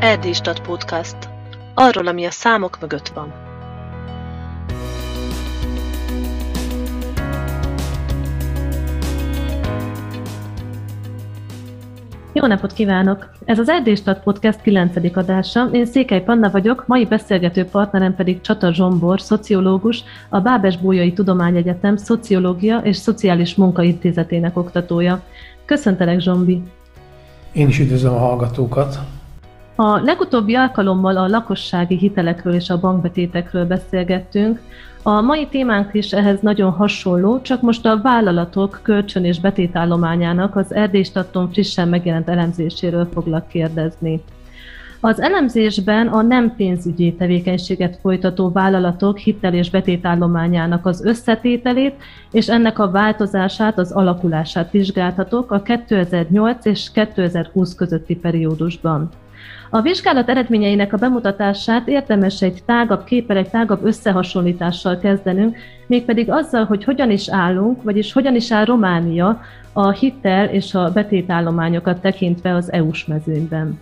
Erdélystat Podcast. Arról, ami a számok mögött van. Jó napot kívánok! Ez az Erdélystat Podcast 9. adása. Én Székely Panna vagyok, mai beszélgető partnerem pedig Csata Zsombor, szociológus, a Bábes-Bolyai Tudományegyetem Szociológia és Szociális Munkaintézetének oktatója. Köszöntelek, Zsombi! Én is üdvözlöm a hallgatókat! A legutóbbi alkalommal a lakossági hitelekről és a bankbetétekről beszélgettünk. A mai témánk is ehhez nagyon hasonló, csak most a vállalatok kölcsön- és betétállományának az Erdélystaton frissen megjelent elemzéséről foglak kérdezni. Az elemzésben a nem pénzügyi tevékenységet folytató vállalatok hitel- és betétállományának az összetételét és ennek a változását, az alakulását vizsgáltatok a 2008 és 2020 közötti periódusban. A vizsgálat eredményeinek a bemutatását érdemes egy tágabb képpel, egy tágabb összehasonlítással kezdenünk, mégpedig azzal, hogy hogyan is állunk, vagyis hogyan is áll Románia a hitel és a betétállományokat tekintve az EU-s mezőnyben.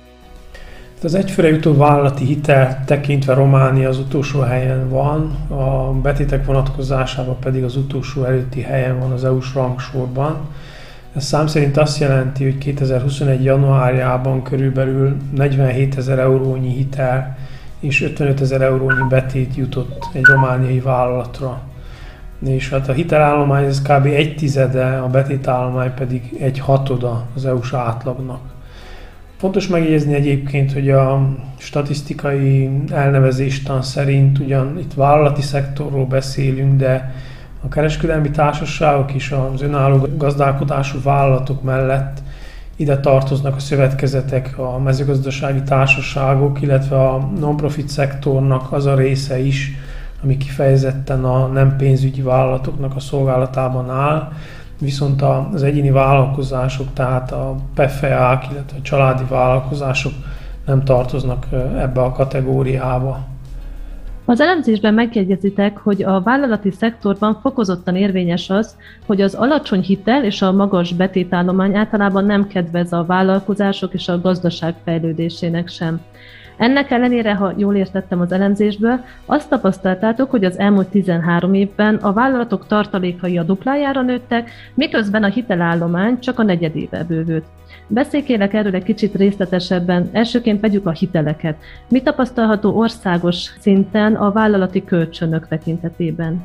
Az egyfőre jutó vállalati hitel tekintve Románia az utolsó helyen van, a betétek vonatkozásában pedig az utolsó előtti helyen van az EU-s rangsorban. Ez szám szerint azt jelenti, hogy 2021. januárjában körülbelül 47 000 eurónyi hitel és 55 000 eurónyi betét jutott egy romániai vállalatra. És hát a hitelállomány ez kb. 1/10, a betétállomány pedig 1/6 az EU-s átlagnak. Fontos megjegyezni egyébként, hogy a statisztikai elnevezéstan szerint ugyan itt vállalati szektorról beszélünk, de a kereskedelmi társaságok és az önálló gazdálkodású vállalatok mellett ide tartoznak a szövetkezetek, a mezőgazdasági társaságok, illetve a non-profit szektornak az a része is, ami kifejezetten a nem pénzügyi vállalatoknak a szolgálatában áll, viszont az egyéni vállalkozások, tehát a PFA-k, illetve a családi vállalkozások nem tartoznak ebbe a kategóriába. Az elemzésben megjegyezitek, hogy a vállalati szektorban fokozottan érvényes az, hogy az alacsony hitel és a magas betétállomány általában nem kedvez a vállalkozások és a gazdaság fejlődésének sem. Ennek ellenére, ha jól értettem az elemzésből, azt tapasztaltátok, hogy az elmúlt 13 évben a vállalatok tartalékai a duplájára nőttek, miközben a hitelállomány csak a negyedével bővült. Beszélkélek erről egy kicsit részletesebben, elsőként vegyük a hiteleket. Mi tapasztalható országos szinten a vállalati kölcsönök tekintetében?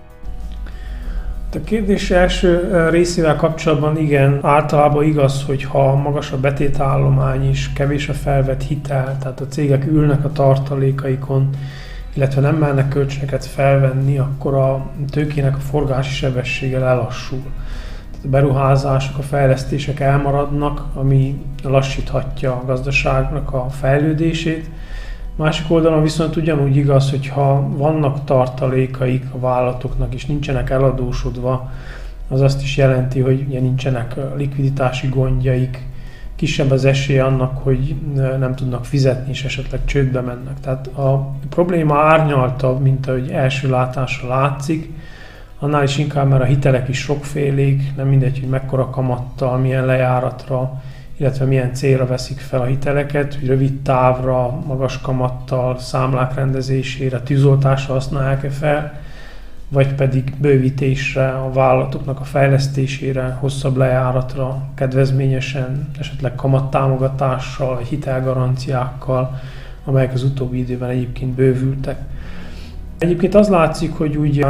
A kérdés első részével kapcsolatban igen, általában igaz, hogy ha magas a betétállomány és kevés a felvett hitel, tehát a cégek ülnek a tartalékaikon, illetve nem mernek kölcsönöket felvenni, akkor a tőkének a forgási sebessége lelassul. A beruházások, a fejlesztések elmaradnak, ami lassíthatja a gazdaságnak a fejlődését. Másik oldalon viszont ugyanúgy igaz, hogy ha vannak tartalékaik a vállalatoknak és nincsenek eladósodva, az azt is jelenti, hogy ugye nincsenek likviditási gondjaik, kisebb az esély annak, hogy nem tudnak fizetni és esetleg csődbe mennek. Tehát a probléma árnyaltabb, mint ahogy első látásra látszik, annál is inkább, mert a hitelek is sokfélék, nem mindegy, hogy mekkora kamattal, milyen lejáratra, illetve milyen célra veszik fel a hiteleket, hogy rövid távra, magas kamattal, számlák rendezésére, tűzoltásra használják-e fel, vagy pedig bővítésre, a vállalatoknak a fejlesztésére, hosszabb lejáratra, kedvezményesen, esetleg kamattámogatással, vagy hitelgaranciákkal, amelyek az utóbbi időben egyébként bővültek. Egyébként az látszik, hogy úgy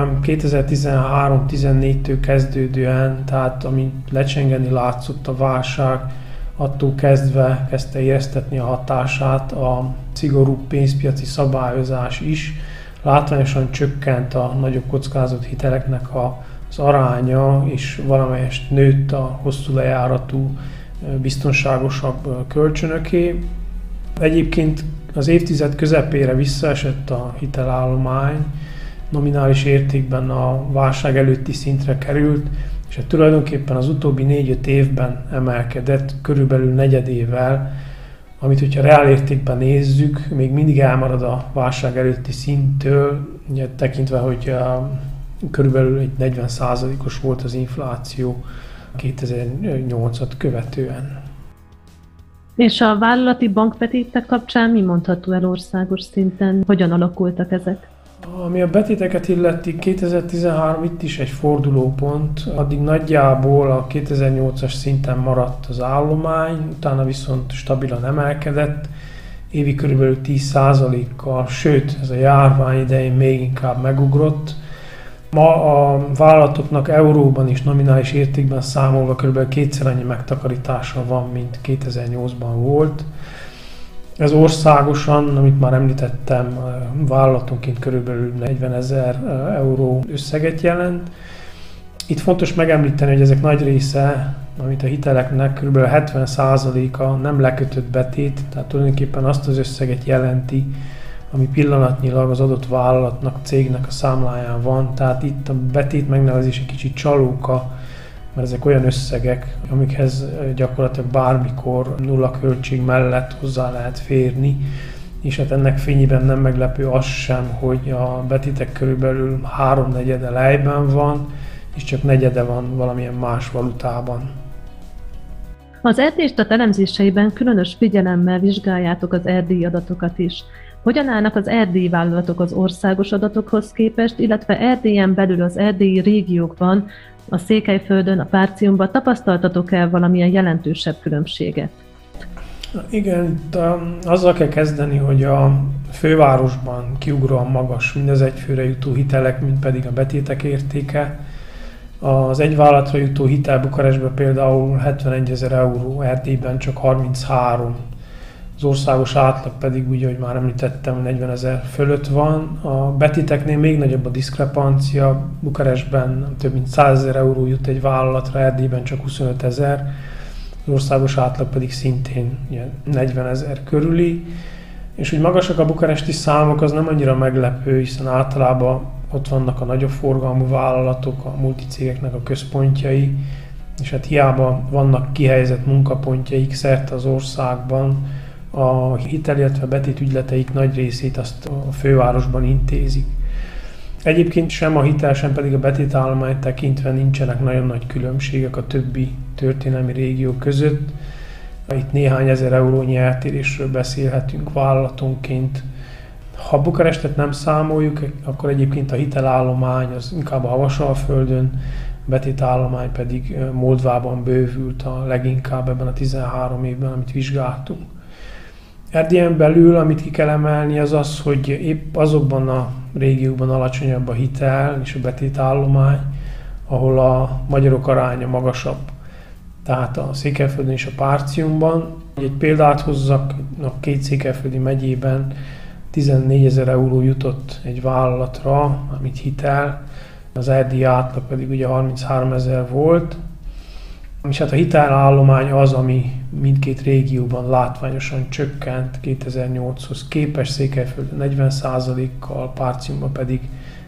2013-14-től kezdődően, tehát ami lecsengeni látszott a válság, attól kezdve kezdte éreztetni a hatását a szigorú pénzpiaci szabályozás is. Látványosan csökkent a nagyobb kockázat hiteleknek az aránya, és valamelyest nőtt a hosszú lejáratú, biztonságosabb kölcsönöké. Egyébként az évtized közepére visszaesett a hitelállomány, nominális értékben a válság előtti szintre került, és tulajdonképpen az utóbbi 4-5 évben emelkedett körülbelül negyedével, amit hogyha reálértékben nézzük, még mindig elmarad a válság előtti szinttől, ugye tekintve, hogy körülbelül egy 40%-os volt az infláció 2008-at követően. És a vállalati bankbetétek kapcsán mi mondható el országos szinten? Hogyan alakultak ezek? Ami a betéteket illeti, 2013 itt is egy fordulópont, addig nagyjából a 2008-as szinten maradt az állomány, utána viszont stabilan emelkedett, évi körülbelül 10%-kal, sőt, ez a járvány idején még inkább megugrott. Ma a vállalatoknak euróban is nominális értékben számolva kb. Kétszer annyi megtakarítása van, mint 2008-ban volt. Ez országosan, amit már említettem, vállalatonként körülbelül 40 000 euró összeget jelent. Itt fontos megemlíteni, hogy ezek nagy része, amit a hiteleknek kb. 70%-a nem lekötött betét, tehát tulajdonképpen azt az összeget jelenti, ami pillanatnyilag az adott vállalatnak, cégnek a számláján van. Tehát itt a betét megnevezés egy kicsit csalóka, mert ezek olyan összegek, amikhez gyakorlatilag bármikor nulla költség mellett hozzá lehet férni, és hát ennek fényében nem meglepő az sem, hogy a betétek körülbelül 3/4 lejben van, és csak 1/4 van valamilyen más valutában. Az Erdélystat elemzéseiben különös figyelemmel vizsgáljátok az erdélyi adatokat is. Hogyan állnak az erdélyi vállalatok az országos adatokhoz képest, illetve Erdélyen belül az erdélyi régiókban, a Székelyföldön, a Partiumban tapasztaltatok-e valamilyen jelentősebb különbséget? Igen, azzal kell kezdeni, hogy a fővárosban kiugróan magas mind az egyfőre jutó hitelek, mind pedig a betétek értéke. Az egy vállalatra jutó hitel Bukarestben például 71 000 euró, Erdélyben csak 33. Az országos átlag pedig úgy, ahogy már említettem, 40 000 fölött van. A betéteknél még nagyobb a diszkrepancia, Bukarestben több mint 100 000 euró jut egy vállalatra, Erdélyben csak 25 000, az országos átlag pedig szintén 40 000 körüli. És hogy magasak a bukaresti számok, az nem annyira meglepő, hiszen általában ott vannak a nagyobb forgalmú vállalatok, a multicégeknek a központjai, és hát hiába vannak kihelyezett munkapontjaik szerte az országban, a hitel, illetve betét ügyleteik nagy részét azt a fővárosban intézik. Egyébként sem a hitel, sem pedig a betétállomány tekintve nincsenek nagyon nagy különbségek a többi történelmi régió között. Itt néhány ezer eurónyi eltérésről beszélhetünk vállalatonként. Ha Bukarestet nem számoljuk, akkor egyébként a hitelállomány az inkább a Havasalföldön, a betétállomány pedig Moldvában bővült a leginkább ebben a 13 évben, amit vizsgáltunk. Erdélyen belül, amit ki kell emelni, az az, hogy épp azokban a régiókban alacsonyabb a hitel és a betétállomány, ahol a magyarok aránya magasabb. Tehát a Székelyföldön és a Partiumban. Egy példát hozzak, a két székelyföldi megyében 14 000 euró jutott egy vállalatra, amit hitel, az erdélyi átlag pedig ugye 33 000 volt. És hát a hitelállomány az, ami mindkét régióban látványosan csökkent 2008-hoz képest, Székelyföldön 40%-kal, Partiumban pedig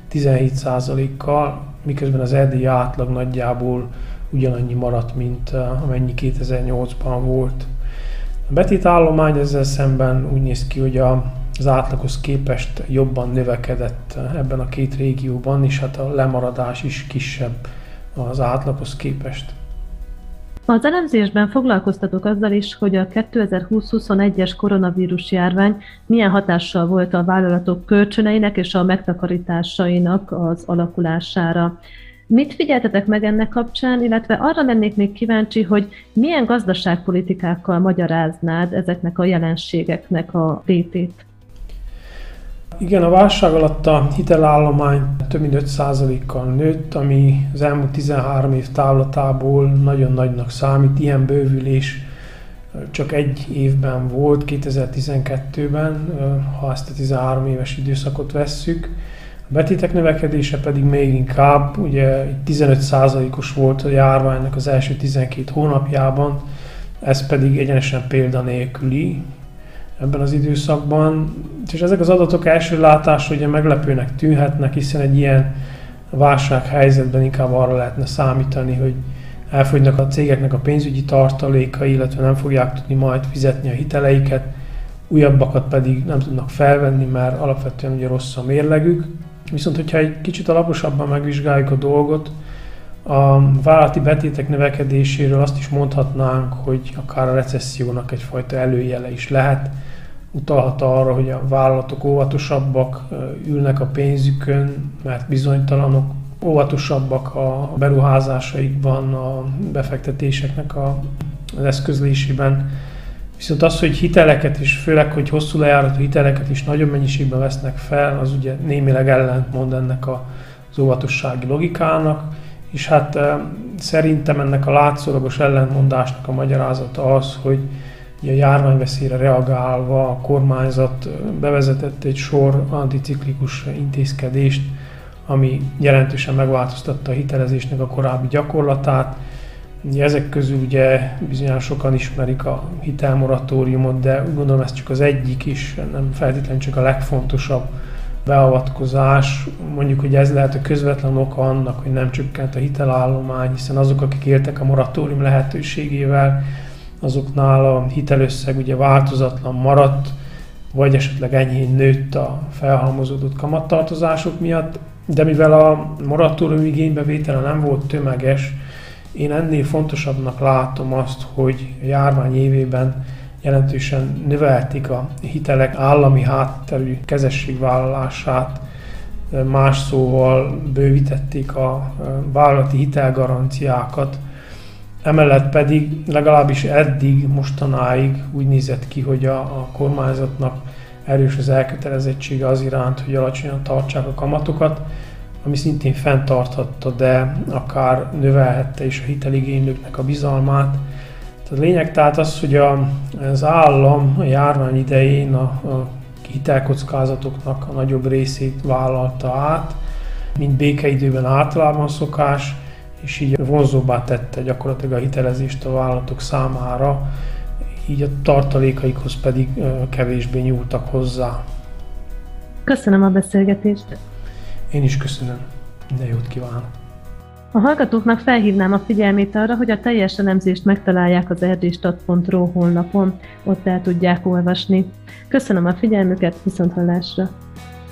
17%-kal, miközben az erdélyi átlag nagyjából ugyanannyi maradt, mint amennyi 2008-ban volt. A betétállomány ezzel szemben úgy néz ki, hogy az átlaghoz képest jobban növekedett ebben a két régióban, és hát a lemaradás is kisebb az átlaghoz képest. Az elemzésben foglalkoztatok azzal is, hogy a 2020-21-es koronavírus járvány milyen hatással volt a vállalatok kölcsöneinek és a megtakarításainak az alakulására. Mit figyeltetek meg ennek kapcsán, illetve arra lennék még kíváncsi, hogy milyen gazdaságpolitikákkal magyaráznád ezeknek a jelenségeknek a létét? Igen, a válság alatt a hitelállomány több mint 5%-kal nőtt, ami az elmúlt 13 év távlatából nagyon nagynak számít. Ilyen bővülés csak egy évben volt, 2012-ben, ha ezt a 13 éves időszakot vesszük. A betétek növekedése pedig még inkább, ugye 15%-os volt a járványnak az első 12 hónapjában, ez pedig egyenesen példanélküli ebben az időszakban. És ezek az adatok első látásra ugye meglepőnek tűnhetnek, hiszen egy ilyen válsághelyzetben inkább arra lehetne számítani, hogy elfogynak a cégeknek a pénzügyi tartalékai, illetve nem fogják tudni majd fizetni a hiteleiket, újabbakat pedig nem tudnak felvenni, mert alapvetően ugye rossz a mérlegük. Viszont, hogyha egy kicsit alaposabban megvizsgáljuk a dolgot, A vállalati betétek növekedéséről azt is mondhatnánk, hogy akár a recessziónak egyfajta előjele is lehet. Utalhat arra, hogy a vállalatok óvatosabbak, ülnek a pénzükön, mert bizonytalanok, óvatosabbak a beruházásaikban, a befektetéseknek az eszközlésében. Viszont az, hogy hiteleket is, főleg, hogy hosszú lejáratú hiteleket is nagyobb mennyiségben vesznek fel, az ugye némileg ellentmond ennek az óvatossági logikának, és hát szerintem ennek a látszólagos ellentmondásnak a magyarázata az, hogy a járványveszélyre reagálva a kormányzat bevezetett egy sor anticiklikus intézkedést, ami jelentősen megváltoztatta a hitelezésnek a korábbi gyakorlatát. Ezek közül ugye bizonyan sokan ismerik a hitelmoratóriumot, de úgy gondolom ez csak az egyik is, nem feltétlenül csak a legfontosabb beavatkozás. Mondjuk, hogy ez lehet a közvetlen oka annak, hogy nem csökkent a hitelállomány, hiszen azok, akik éltek a moratórium lehetőségével, azoknál a hitelösszeg ugye változatlan maradt, vagy esetleg enyhén nőtt a felhalmozódott kamattartozások miatt, de mivel a moratórium igénybevétele nem volt tömeges, én ennél fontosabbnak látom azt, hogy a járvány évében jelentősen növelték a hitelek állami hátterű kezességvállalását, más szóval bővítették a vállalati hitelgaranciákat. Emellett pedig legalábbis eddig, mostanáig úgy nézett ki, hogy a kormányzatnak erős az elkötelezettsége az iránt, hogy alacsonyan tartsák a kamatokat, ami szintén fenntarthatta, de akár növelhette is a hiteligénylőknek a bizalmát. A lényeg tehát az, hogy az állam a járvány idején a hitelkockázatoknak a nagyobb részét vállalta át, mint békeidőben általában szokás, és így vonzóbbá tette gyakorlatilag a hitelezést a vállalatok számára, így a tartalékaikhoz pedig kevésbé nyúltak hozzá. Köszönöm a beszélgetést! Én is köszönöm. Minden jót kívánok! A hallgatóknak felhívnám a figyelmét arra, hogy a teljes elemzést megtalálják az erdélystat.ro honlapon, ott el tudják olvasni. Köszönöm a figyelmüket, viszonthallásra!